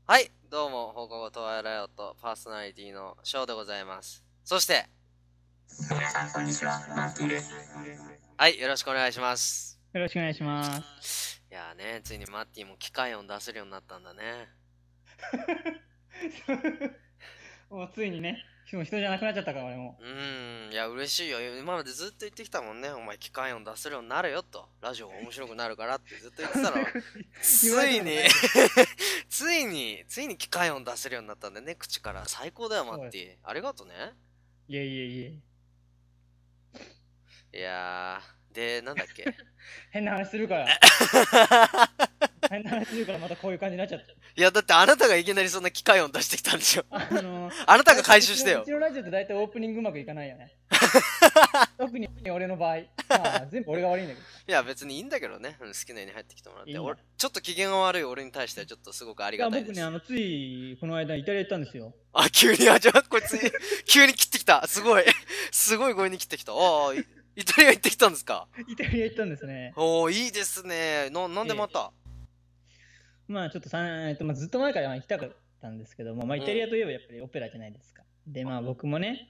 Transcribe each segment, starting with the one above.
はい、どうも、放課後トワイライオットパーソナリティのショーでございます。そして、 皆さん、こんにちは。マッキーです。 はい、よろしくお願いします。 よろしくお願いします。 いやーね、ついにマッティも機械音出せるようになったんだね。 もうついにね、もう人じゃなくなっちゃったから、俺も。 いや、嬉しいよ。今までずっと言ってきたもんね。お前機械音出せるようになるよと。ラジオが面白くなるからってずっと言ってたの。 言われたついにことないけど。 ついに機械音出せるようになったんでね、口から。最高だよ、マそうです。 ッティ。ありがとね。 いえいえいえ。 いやで、なんだっけ。 変な話するから。変な話するから、またこういう感じになっちゃった。 いや、だってあなたがいきなりそんな機械音出してきたんでしょ。 ああなたが回収してよ。 うちのラジオって大体オープニングうまくいかないよね。特に俺の場合。まあ、全部俺が悪いんだけど。 いや、別にいいんだけどね。好きなように入ってきてもらって。 いいんだ。 ちょっと機嫌が悪い俺に対してはちょっとすごくありいや、 がたいです。 僕ね、ついこの間イタリア行ったんですよ。 あ、急に、じゃあ、こいつ、急に切ってきた。すごい。すごい声に切ってきた。ああ、イタリア行ってきたんですか。 イタリア行ったんですね。 おー、いいですね。なんでまた。 まあちょっとずっと前から行きたかったんですけども、まあ、イタリアといえばやっぱりオペラじゃないですか。で、まあ僕もね、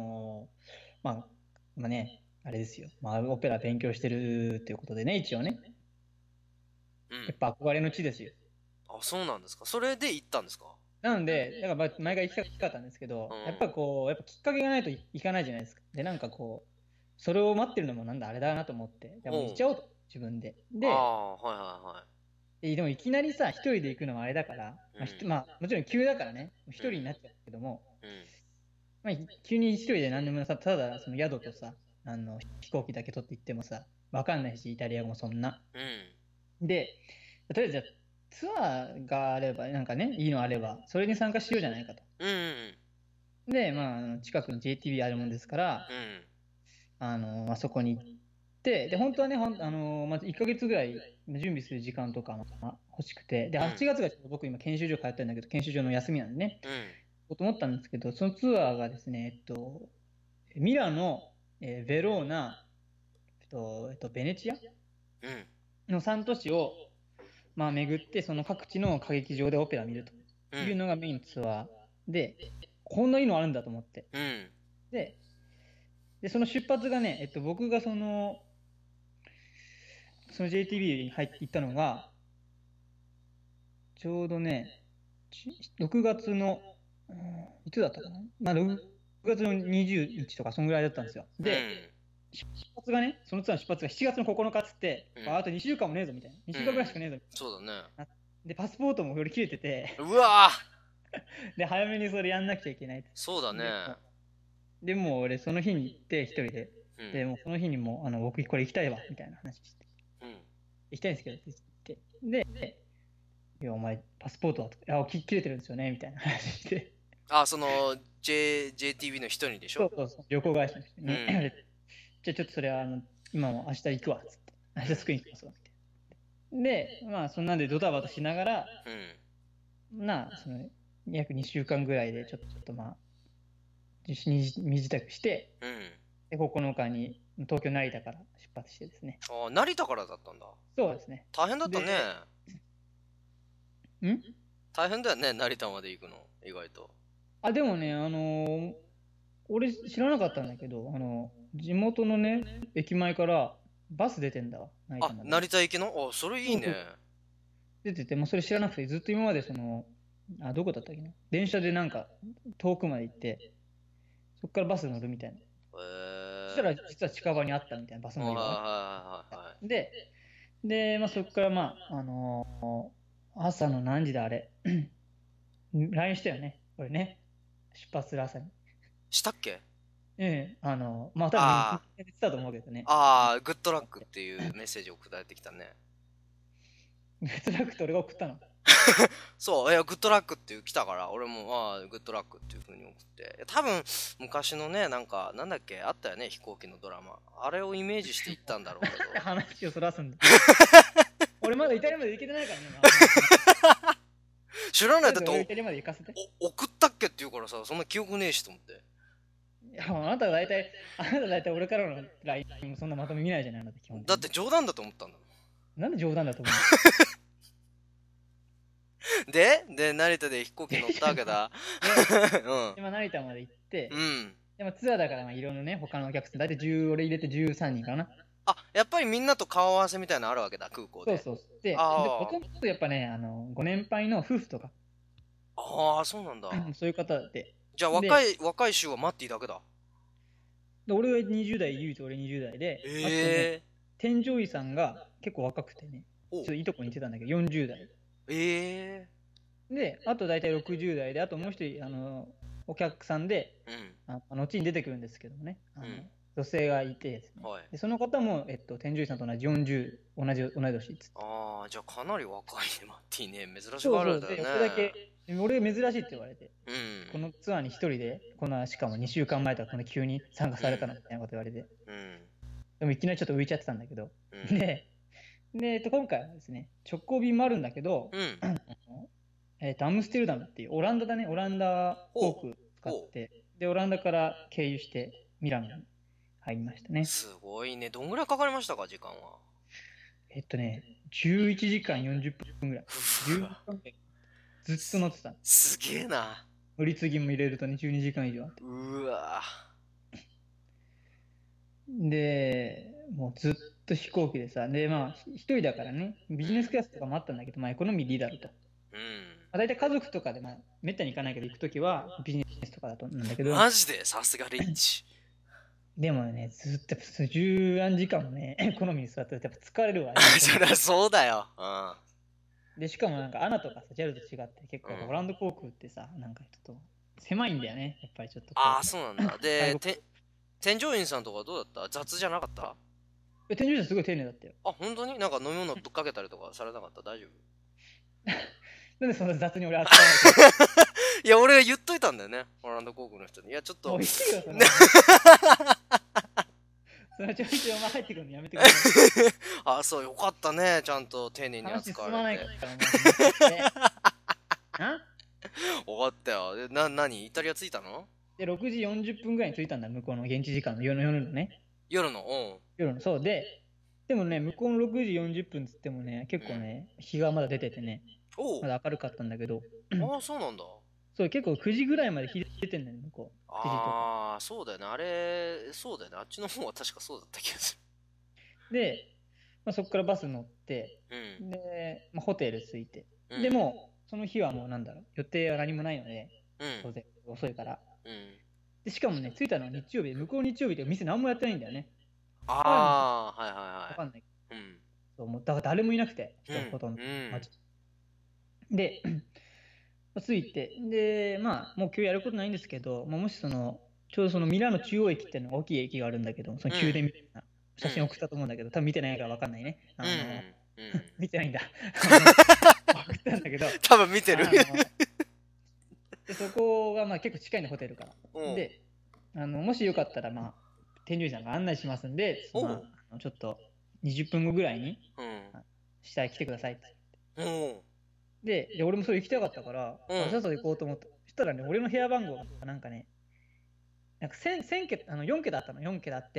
まあね、あれですよ。まあオペラ勉強してるということでね、一応ね。やっぱ憧れの地ですよ。 あ、そうなんですか。それで行ったんですか。 なので、だから前から行きたかったんですけど、やっぱきっかけがないと行かないじゃないですか。で、それを待ってるのもなんだあれだなと思って、でも行っちゃおうと、自分で。 あで、 あ、はいはいはい。 でもいきなりさ、一人で行くのはあれだから、もちろん急だからね、一人になっちゃうけども、まあ、急に一人で何でもさ、ただその宿とさ、飛行機だけ取って行ってもさ、わかんないし、イタリア語もそんな。で、とりあえずじゃあツアーがあれば、なんかね、いいのあれば、それに参加しようじゃないかと。で、まあ、近くに JTB あるもんですから、まあ、そこに行って、で、本当はね、まず1ヶ月ぐらい準備する時間とか欲しくて、で、8月が僕今研修所通ってるんだけど、研修所の休みなんでね、と思ったんですけど、そのツアーがですね、ミラノ、ベローナ、ベネチアの3都市を、まあ、巡って、その各地の歌劇場でオペラ見るというのがメインツアーで、こんないいのあるんだと思って。で、その出発がね、僕がその JTB に行ったのが、ちょうどね、6月の、いつだったかな、まあ、6月の21とか、そんぐらいだったんですよ。で、出発がね、そのツアーの出発が7月の9日っつって、あと2週間もねえぞみたいな。2週間ぐらいしかねえぞみたいな。 そうだね。 で、パスポートも売り切れてて、 うわで、早めにそれやんなくちゃいけない。 そうだね。 でも俺、その日に行って、一人で。で、もうその日にも僕これ行きたいわ、みたいな話して。行きたいんですけど、って言って。で、いや、お前、パスポートはとか、いや、切れてるんですよね、みたいな話して。 あ、その、JTB の一人でしょ。 そう、旅行会社の人に、じゃあちょっとそれは、今も明日行くわ、つって。明日作りに行きますわ、みたいな。で、まあ、そんなんでドタバタしながら、その、約2週間ぐらいで、ちょっとまあ、身支度して、で、9日に東京成田から出発してですね。 あ、成田からだったんだ。 そうですね。 大変だったね。大変だよね、成田まで行くの、意外と。 あ、でもね、俺知らなかったんだけど、地元のね、駅前からバス出てんだわ、成田まで。 成田行きの、あ、それいいね。 出てて、もうそれ知らなくて、ずっと今までどこだったっけな。電車でなんか遠くまで行って、そっからバス乗るみたいな。そしたら実は近場にあったみたいな、バス乗り場が。で、まあ、そこから朝の何時だあれ。LINE したよね、これね。出発する朝に。 したっけ。 まあ多分言ってたと思うけどね。 グッドラックっていうメッセージ送られてきたね。 グッドラックって俺が送ったの。 そう、グッドラックっていう来たから、俺も、グッドラックっていう風に送って。多分、昔のね、なんだっけ、あったよね、飛行機のドラマ。あれをイメージして行ったんだろうけど。 話をそらすんだ。俺まだイタリアまで行けてないからね。 知らない。だって、 イタリアまで行かせて。 送ったっけって言うからさ、そんな記憶ねえしと思って。 いや、あなた大体俺からの LINE もそんなまとめ見ないじゃないの、 だって冗談だと思ったんだもん。 なんで冗談だと思うで、成田で飛行機乗ったわけだ。 で、まあ、成田まで行って、 うん。 でもツアーだから、まあ、いろんなね、他のお客さん、だいたい10、俺入れて13人かな。 あ、やっぱりみんなと顔合わせみたいなのあるわけだ、空港で。 そうそう。で、もあともとやっぱね、ご年配の夫婦とか、 あ、ああ、そうなんだ。 そういう方で、 じゃあで、 若い衆はマッティだけだ。 俺が20代、唯一俺20代で、あとね、 ええ添乗員さんが結構若くてね、 おうちょっといいとこに行ってたんだけど、40代。 ええで、あと大体60代で、あともう一人、お客さんで、 うん。 後に出てくるんですけどもね、 うん女性がいてですね、 はい。 でその方も、添乗員さんと同じ40、同い年っつって。 ああ、じゃあかなり若いね、マッティね。珍しそうそう、 がられたよで、俺だね。 け、俺が珍しいって言われて、 うん。 このツアーに一人で、こんな、しかも2週間前とか、この急に参加されたのみたいなこと言われて、 うん。 でもいきなりちょっと浮いちゃってたんだけど、 うん。 で、今回はですね、直行便もあるんだけど、 うん。 アムステルダムっていうオランダだね、オランダ航空使ほう。 って、で、オランダから経由してミラノに入りましたね。 すごいね。どんぐらいかかりましたか、時間は。 11時間40分ぐらい。10時間ぐらいずっと乗ってた。 すげえな。 乗り継ぎも入れるとね、12時間以上あって。 うわで、もうずっと飛行機でさ、で、まあ、一人だからね、ビジネスクラスとかもあったんだけど、まあ、エコノミーでいいだろうと。 うん。 大体家族とかで、まあ、めったに行かないけど、行くときはビジネスとかだとなんだけど、 マジでさすがリッチ。 でもね、ずっとやっぱ10何時間もね、エコノミーに座ってるとやっぱ疲れるわ、ね。 そりゃそうだよ。うん。 で、しかもなんか、アナとかさ、JAL と違って結構うんオランダ航空ってさ、なんかちょっと狭いんだよね。やっぱりちょっとこああ、 う。 そうなんだ。で、添乗員さんとかどうだった？雑じゃなかった？ 添乗者すごい丁寧だったよ。 あ、本当になんか飲み物ぶっかけたりとかされなかった？大丈夫？ なんでそんな雑に俺扱わないいや、俺が言っといたんだよね。オランダ航空の人に。いや、ちょっと。もとういいよ、その。そのちょいちょいお前入ってくるのやめてくれ。 あ、そう、よかったね。ちゃんと丁寧に話扱進まないわれて。 から、もう。ねあ終わったよ。で、何イタリア着いたの？ で、6時40分ぐらいに着いたんだ、向こうの現地時間の夜のね。 夜の。うん。 夜の。そうで、でもね、向こうの6時40分っつってもね、結構ね、日がまだ出ててね、 おう。 まだ明るかったんだけど、 ああ、そうなんだ。 そう、結構9時ぐらいまで日出てんだよね、向こう。9時とか。 ああ、そうだよね。あれ、そうだよね。あっちの方は確かそうだった気がすで、まあ、そこからバス乗って、 る。うん。 で、まあ、ホテル着いて、 うん。 でも、その日はもうなんだろう、予定は何もないので、 うん。 当然遅いから。 うん。 で、しかもね、着いたのは日曜日で、向こう日曜日で店何もやってないんだよね。 ああ、はいわかんない。 はいはい。うん。 そうもうだから誰もいなくて、人うん。 ほとんど。 うん。 で、着いて、で、まあ、もう今日やることないんですけど、まあ、もしその、ちょうどそのミラノ中央駅っていうのが大きい駅があるんだけど、その宮殿みたいな写真送ったと思うんだけど、多分見てないからわかんないね。 うん。うん。 見てないんだ。送ったんだけど、 多分見てる。 でそこがまあ結構近いの、ホテルから。 うんで、もしよかったら、まあ、添乗員さんが案内しますんで、まあ、ちょっと20分後ぐらいに、下へ来てくださいって。で、俺もそれ行きたかったから、さっさと行こうと思った。そしたらね、俺の部屋番号がなんかね、なんか1000桁、4桁あったの、4桁あって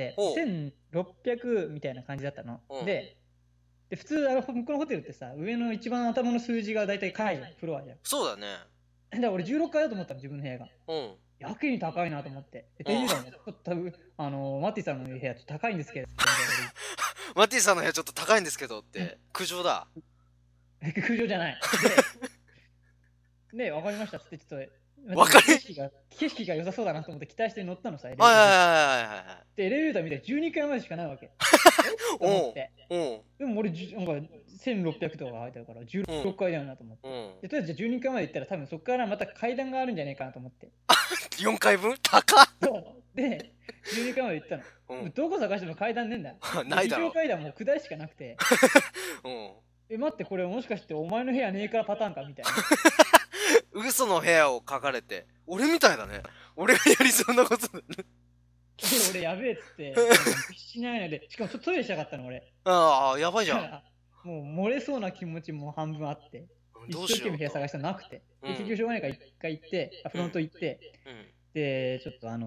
、1600みたいな感じだったの。で、普通、向こうのホテルってさ、上の一番頭の数字が大体階じゃん、フロアじゃん。 そうだね。 だから俺16階だと思ったの、自分の部屋が。やけに高いなと思って。店員さんも、ちょっとマッティさんの部屋ちょっと高いんですけど。 マッティさんの部屋ちょっと高いんですけどって、苦情だ。 苦情じゃない。で、わかりましたっつって、ちょっと、景色が良さそうだなと思って期待して乗ったのさ、エレベーター。で、エレベーター見て12階までしかないわけ。と思って。でも俺、なんか1600とかが入ってるから16階だよなと思って。で、とりあえずじゃあ12階まで行ったら多分そこからまた階段があるんじゃないかなと思って。 4階分高っ。 そうで、12階まで行ったの。どこ探しても階段ねえんだ。 ないだろ。 非常階段もう下りしかなくて。待って、これもしかしてお前の部屋ねえからパターンかみたいな。 嘘の部屋を書かれて、俺みたいだね。俺がやりそうなことだね。 で、俺やべえっつって、しないので、しかもトイレしたかったの俺。 ああ、やばいじゃん。 もう漏れそうな気持ちも半分あって、一生懸命部屋探したらなくて、結局しょうがないから一回行って、フロント行って、で、ちょっと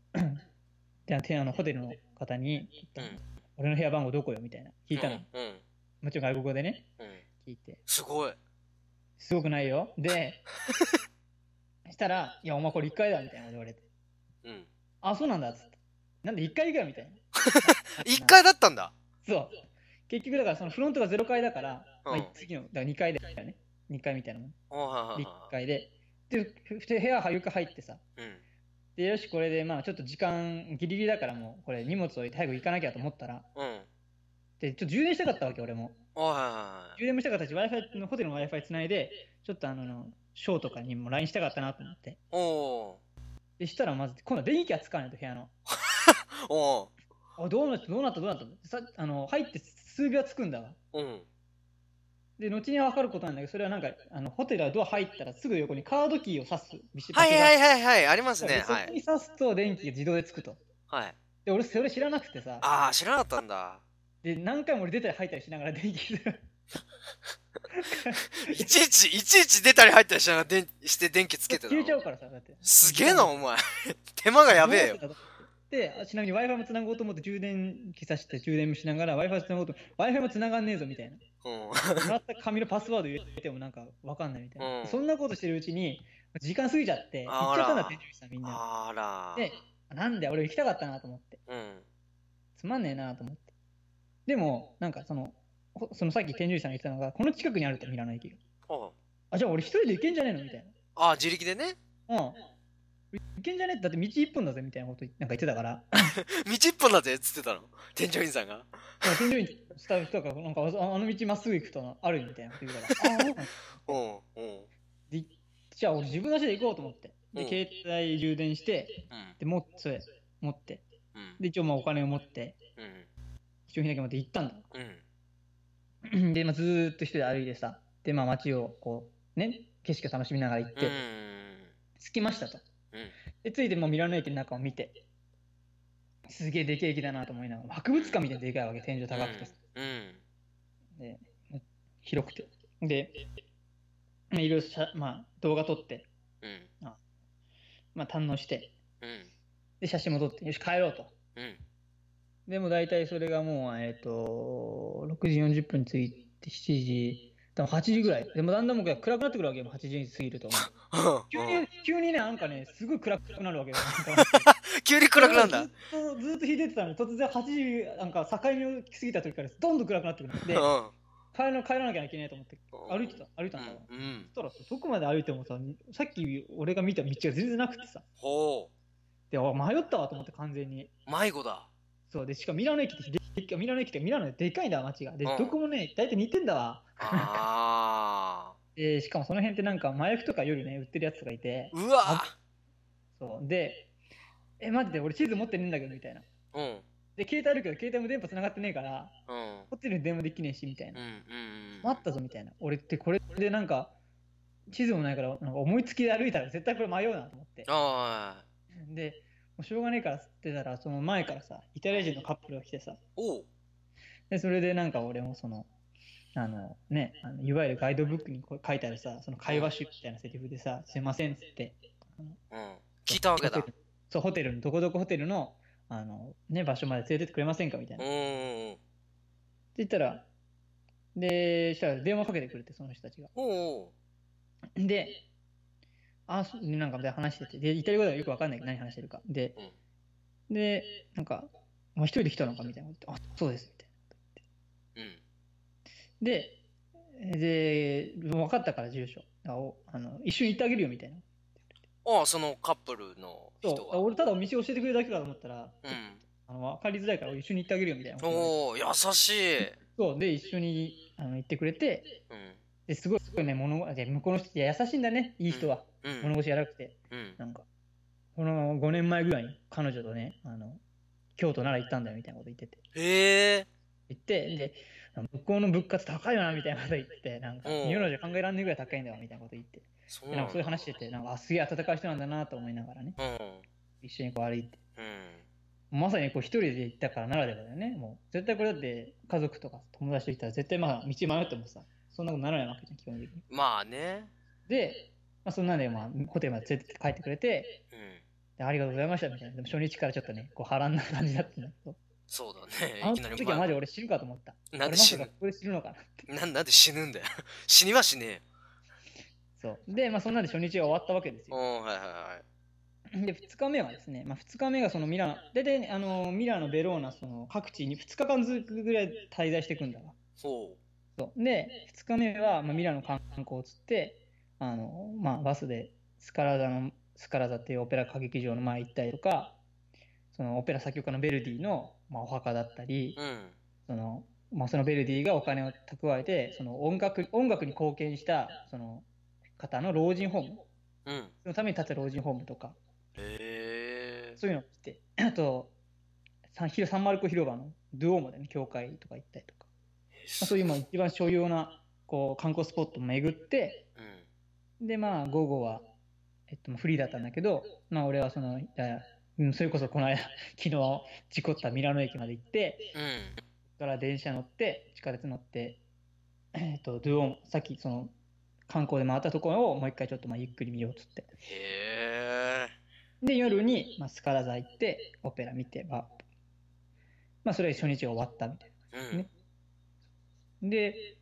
ホテルの方に、俺の部屋番号どこよみたいな聞いたの。もちろん外国語でね、聞いて。 すごい。 すごくないよ。で、したら、いや、お前これ1回だみたいなこと言われて。 うん。 あ、そうなんだっつって。なんで1回かよみたいな。 1回だったんだ。 そう。結局だからそのフロントが0回だから、 うんまあ、次の、だから2回だよね。2回みたいなもん。で、1 はいはいは回で。で、部屋早く入ってさ。 い。うん。 で、よし、これで、まあちょっと時間ギリギリだからもう、これ荷物置いて早く行かなきゃと思ったら、 うん。 で、ちょっと充電したかったわけ、俺も。 はいはいは充電もしたかったし、Wi-Fi のホテルの Wi-Fi つないで、ちょっとショーとかにも LINE したかったなと思って。 い。おで、したらまず、今度は電気がつかないと、部屋の。 ー。おあ、どうなったさ、入って数秒はつくんだわ。 ー。うん。 で、後に分かることなんだけど、それはなんか、ホテルはドア入ったらすぐ横にカードキーを挿すはいはいはいはい。ありますね。 でそはい。 こに挿すと電気が自動でつくと。 はい。 で、俺それ知らなくてさ、 ああ、知らなかったんだ。 で、何回も俺出たり入ったりしながら電気いちいち出たり入ったりして電気つけてたの消えちゃうからさ、だって。 すげえな、お前。手間がやべえよ。 で、ちなみに Wi-Fi も繋ごうと思って充電器さして充電もしながら Wi-Fi 繋ごうと、Wi-Fi も繋がんねえぞみたいな。もらった紙のパスワード入れてもなんかわかんないみたいな。 うんそんなことしてるうちに、時間過ぎちゃって、行っあらちゃったんだって、店長さんみんな。 あらで、なんで俺行きたかったなと思って。 うん。 つまんねえなと思って。でも、なんかそのさっき天獣医さんが言ってたのが、この近くにあるとミラノ駅が。 ああ、じゃあ俺一人で行けんじゃねえのみたいあ、自力でね。 な。うん。行けんじゃねえだって道一本だぜみたいなことなんか言ってたから。 道一本だぜっつってたの。添乗員さんが。 天獣医スタッフとか、なんかあの道まっすぐ行くとあるみたいなこと言うから。ああ、 うん。うん。 で、じゃあ俺自分の足で行こうと思って。で、 うん携帯充電して、 うん。 で、持って。 うん。 で、一応まあお金を持って、 うん。 必要品だけ持って行ったんだ。 うん。 で、まあ、ずーっと一人で歩いてさ、で、まあ街をこう、ね、景色を楽しみながら行っうて、 ん。 着きましたと。 うん。 で、ついてもうミラノ駅の中を見て、すげえでけえ駅だなと思いながら、博物館みたいにでかいわけ、天井高くてさ。 うん。 で、広くて。で、まあいろいろまあ、動画撮って、 うん。 まあ、堪能して、 うん。 で、写真も撮って、よし、帰ろうと。 うん。 でも大体それがもう、6時40分に着いて、7時、多分8時ぐらい。でもだんだんもう暗くなってくるわけよ、8時過ぎると。急にね、なんかね、すごい暗くなるわけよ。 急に暗くなんだ。 ずっと弾いてたのに、突然8時、なんか境目を過ぎた時からどんどん暗くなってくる。で、帰らなきゃいけないと思って、歩いたんだわ。そしたらさ、どこまで歩いてもさ、さっき俺が見た道が全然なくてさ。 ほで、迷ったわと思って完全に。 迷子だ。 そうで、しかもミラノ駅ってミラノででかいんだわ、街が。で、どこもね、大体似てんだわ。 ああ。 で、しかもその辺ってなんか麻薬とか夜ね、売ってるやつがいて。 うわそう。で、待って、俺地図持ってねえんだけど、みたいな。 うん。 で、携帯あるけど、携帯も電波繋がってねえから、 うん。 ホテルに電話できねえし、みたいな。 うん。 待ったぞ、みたいな。俺ってこれでなんか、地図もないから、なんか思いつきで歩いたら絶対これ迷うなと思って。 ああ。 で、もうしょうがねえからっつってたら、その前からさ、イタリア人のカップルが来てさ、 おう。 で、それでなんか俺もその、いわゆるガイドブックにこう書いてあるさ、その会話集みたいなセリフでさ、すいませんっつって、 うん。聞いたわけだ。 そう、ホテルの、どこどこホテルの、場所まで連れてってくれませんかみたいな。って言ったら、で、したら電話かけてくれて、その人たちが。 おう。 で、なんかで話してて、で、イタリア語ではよくわかんないけど何話してるか。で、なんか、一人で来たのかみたいなこと言って、あ、そうです、みたいな。で、分かったから住所。一緒に行ってあげるよみたいな。 ああ、そのカップルの人が。 俺ただお店教えてくれるだけかと思ったら、 うん。 分かりづらいから一緒に行ってあげるよみたいな。 おお、優しい。 そう、で、一緒に行ってくれて、ですごいね、向こうの人って優しいんだね、いい人は。物腰やらなくて。なんか、この5年前ぐらいに彼女とね、京都なら行ったんだよみたいなこと言ってて。 へえ。 言って、で、向こうの物価高いよなみたいなこと言って、なんか、日本じゃ考えられないぐらい高いんだよみたいなこと言って。なんかそういう話してて、なんか、すげえ温かい人なんだなと思いながらね、一緒にこう歩いて。まさにこう一人で行ったからならではだよね。もう絶対これだって家族とか友達と行ったら絶対まあ道迷ってもさ、そんなことならないわけじゃん、基本的に。 まあね。 で、そんなんでまあホテルまで連れて帰ってくれて、でありがとうございましたみたいな。でも初日からちょっとね、こう波乱な感じだったんだけど。 そうだね。 あの時はマジ俺死ぬかと思った。 なんで死ぬこれ死ぬのかなって。 なんで死ぬんだよ。死にはしねえよ。 そう。で、まあそんなんで初日が終わったわけですよ。 はいはいはで、2日目はですね、まあ、2日目がそのミラノ、大体、ミラノ、ベローナ、その各地に2日間ずつぐらい滞在していくんだわ。 ほそうで、2日目は、まあ、ミラノ観光をつって、まあ、バスでスカラザっていうオペラ歌劇場の前行ったりとか、そのオペラ作曲家のベルディの、まあ、お墓だったり、 う。うん。 そのベルディがお金を蓄えて、その音楽に貢献したその方の老人ホーム、 うん。 そのために建てた老人ホームとか、 へえ。 そういうのを見て、あと、サンマルコ広場のドゥオーモでね、教会とか行ったりとか、まあ、そういうもう一番重要なこう観光スポットを巡って、で、まあ、午後は、フリーだったんだけど、まあ、俺はそれこそこの間、昨日事故ったミラノ駅まで行って、 うん。うん。 そこから電車乗って、地下鉄乗って、ドゥオーモ、さっきその観光で回ったところをもう一回ちょっとまあゆっくり見ようっつって。 へえ。 で、夜に、まあ、スカラ座行って、オペラ見て、まあ、それで初日が終わったみたいな感じですね。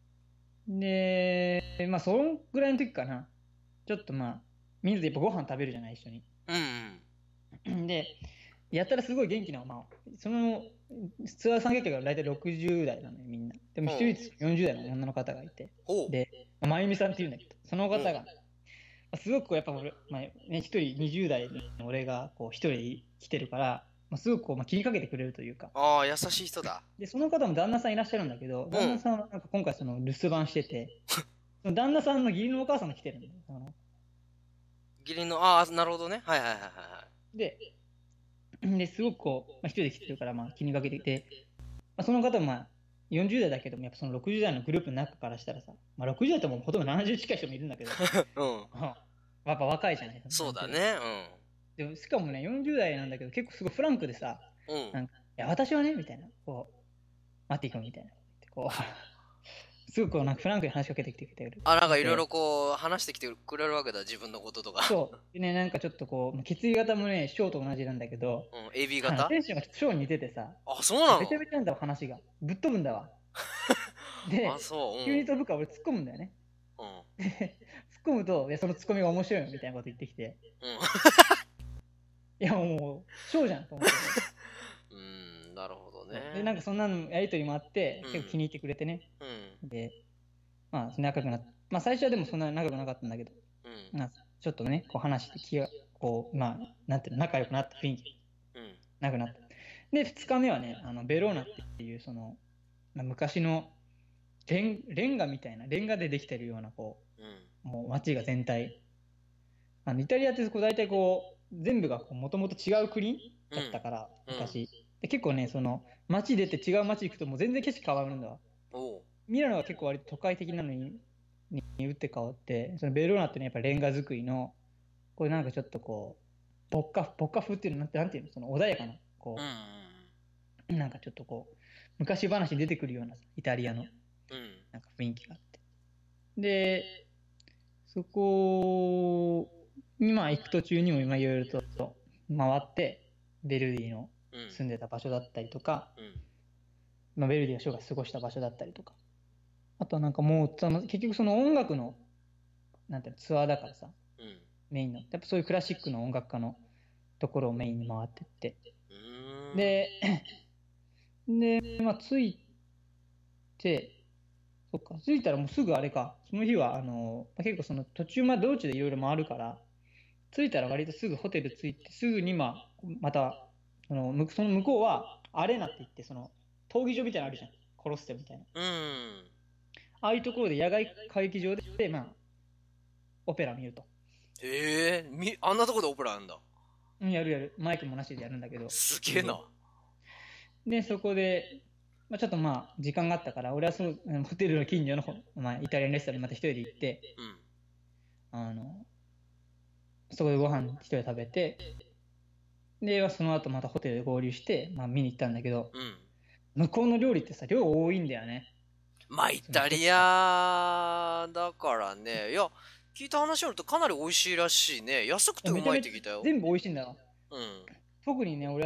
まあ、そのぐらいの時かな。ちょっとまあ、みんなでやっぱご飯食べるじゃない、一緒に。 うん。 で、やったらすごい元気な、まあ、そのツアー参加客が大体60代なのよ、みんな。でも一人40代の女の方がいて。で、まゆみさんっていうんだけど、その方が、まあ、すごくこうやっぱ俺、まあね、一人20代の俺がこう一人来てるから、まあ、すごくこう、まあ、気にかけてくれるというか。 ああ、優しい人だ。 で、その方も旦那さんいらっしゃるんだけど、旦那さんはなんか今回その留守番してて、その旦那さんの義理のお母さんが来てるんだよ。 義理の、ああ、なるほどね。はいはいはいはい。 で、すごくこう、まあ、一人で来てるから、まあ、気にかけてて、まあ、その方もまあ、40代だけども、やっぱその60代のグループの中からしたらさ、まあ、60代ともほとんど70近い人もいるんだけど、 うん。 やっぱ若いじゃない。 そうだね。 で、しかもね、40代なんだけど、結構すごいフランクでさ、 うん。うん。 なんか、いや、私はね、みたいな、こう、待っていくみたいな、こう、すごくこうなんかフランクに話しかけてきてくれる。 あ、なんかいろいろこう、話してきてくれるわけだ、自分のこととか。 そう。でね、なんかちょっとこう、血液型もね、ショーと同じなんだけど、 うん。AB 型テンションがショーに似ててさ、 あ、そうなのめちゃめちゃなんだわ、話が。ぶっ飛ぶんだわ。 あ、 で、 そう。 急に飛ぶから俺突っ込むんだよね。 うん。うん。 突っ込むと、いや、その突っ込みが面白いよみたいなこと言ってきて、いや、もう、ショーじゃんと思って。 うん、なるほどね。 で、なんかそんなのやりとりもあって、 うん結構気に入ってくれてね。 うん。 で、まあ、仲良くなって、まあ、最初はでもそんな仲良くなかったんだけど、 うん。 まあ、ちょっとね、こう話してこう、まあ、なんていうの、仲良くなった雰囲気うん。 なくなった。で、2日目はね、ベローナっていう、まあ、昔のレンガみたいな、レンガでできてるような、こうん。 う、もう街が全体。イタリアってこう大体こう、全部がもともと違う国だったから、 うん昔。で結構ね、その、街出て違う街行くともう全然景色変わるんだわ。 おう。 ミラノは結構割と都会的なのに打って変わって、そのベローナってね、やっぱレンガ作りの、これなんかちょっとこう、牧歌風っていうの、なんていうの、その穏やかな、こうん。 う、なんかちょっとこう、昔話に出てくるようなイタリアのうん。 なんか雰囲気があって。で、そこにまあ行く途中にも今いろいろと回って、ベルディの住んでた場所だったりとか、まあ、ベルディが生涯過ごした場所だったりとか、あとはなんかもう結局その音楽のなんていうのツアーだからさ、メインのやっぱそういうクラシックの音楽家のところをメインに回ってって、まあ着いて、そっか、着いたらもうすぐあれか、その日は結構その途中まで道中でいろいろ回るから、着いたら割とすぐホテル着いて、すぐにまたその向こうはアレーナって言って、その闘技場みたいなのあるじゃん、コロッセオみたいな。ああいうところで野外歌劇場で、まあ、オペラ見ると。 へえ、あんなとこでオペラなんだ。 やる。マイクもなしでやるんだけど。 すげえな。 で、そこで、まあ、ちょっとまあ、時間があったから、俺はホテルの近所の、まあ、イタリアンレストランにまた一人で行って、そこでご飯一人で食べて、で、その後またホテルで合流して、まあ、見に行ったんだけど、向こうの料理ってさ、量多いんだよね。 まあ、イタリアだからね。いや、聞いた話によるとかなり美味しいらしいね。安くてうまいって聞いたよ。 全部美味しいんだよ。特にね、俺は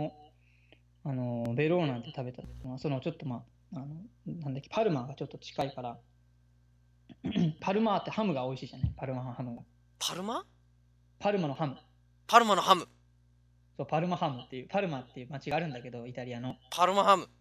ベローナで食べたのは、ちょっとまあ、なんだっけ、パルマがちょっと近いから、 パルマってハムが美味しいじゃない、パルマハムが。 パルマパルマのハム。 パルマのハム。 そう、パルマハムっていう、パルマっていう町があるんだけど、イタリアの。 パルマハム。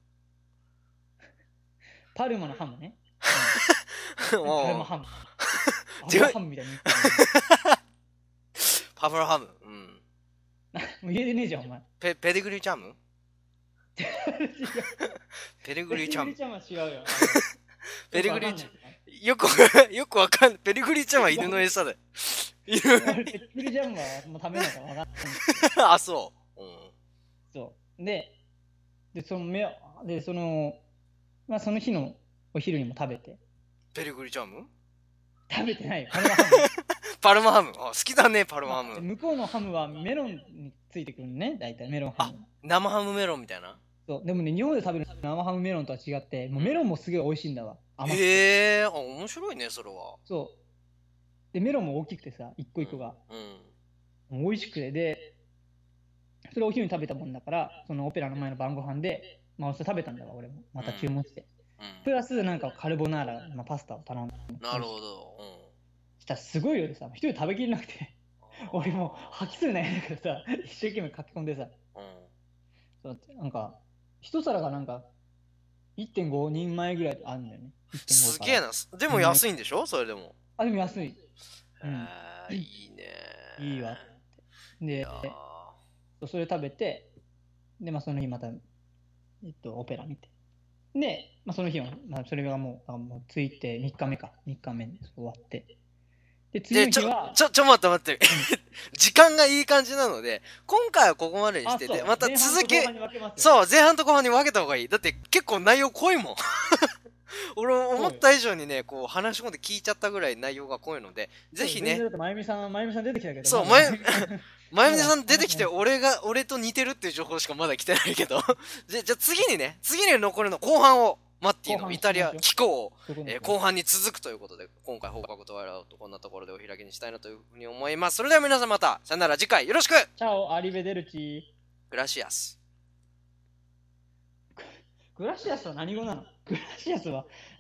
パルマのハムね。 おパルうマハム。 違うアブラハムみたいに言ってパブラハム。うん。 るもう言えてねえじゃん、お前。 ペディグリーチャム違う。 ペディグリーチャム。 ちゃんは違うよ。 ペディグリーチャム。 よくわかんない。ペディグリーチャムは犬の餌だよ。犬。 ペディグリジャムはもう食べないから分かんないんですよ。 あ、そう。うん。 そう。で、その、まあその日のお昼にも食べて。 ペディグリーチャム食べてないよ、パルマハム。 パルマハム。あ、好きだね、パルマハム。 向こうのハムはメロンについてくるのね、大体メロンハム。 生ハムメロンみたいな。 そう。でもね、日本で食べる生ハムメロンとは違って、もうメロンもすごい美味しいんだわ。甘くて。 へえ、あ、面白いね、それは。 そう。で、メロンも大きくてさ、一個一個が。 うん。 もう美味しくて、で、それをお昼に食べたもんだから、そのオペラの前の晩ご飯で、まあ、それ食べたんだわ、俺も。また注文して。プラス、なんかカルボナーラ、まあ、パスタを頼んだ。 なるほど。 したらすごいよりさ、一人で食べきれなくて。俺もう吐きそうになりながらさ、一生懸命書き込んでさ、そうなんか、一皿がなんか、1.5人前ぐらいあるんだよね。 すげえな。でも安いんでしょそれでも。 あ、でも安い。 いいね。 いいわ。で、それ食べて、で、まあその日また、オペラ見て。で、まあその日は、まあそれがもうついて3日目か。3日目に終わって。で、次の日は。 待って。時間がいい感じなので、今回はここまでにしてて、また続き、そう、前半と後半に分けた方がいい。だって結構内容濃いもん。俺思った以上にね、こう話し込んで聞いちゃったぐらい内容が濃いので、ぜひね。 まゆみさん出てきたけど。 そう、まゆみさん出てきて、俺と似てるっていう情報しかまだ来てないけど。じゃあ次に残りの後半を、マッティのイタリア気候を、後半に続くということで、今回放課後トワイライトこんなところでお開きにしたいなというふうに思います。それでは皆さんまた、さよなら、次回よろしく。 チャオ、アリベデルチ。 グラシアス。 グラシアスは何語なの？グラシアスは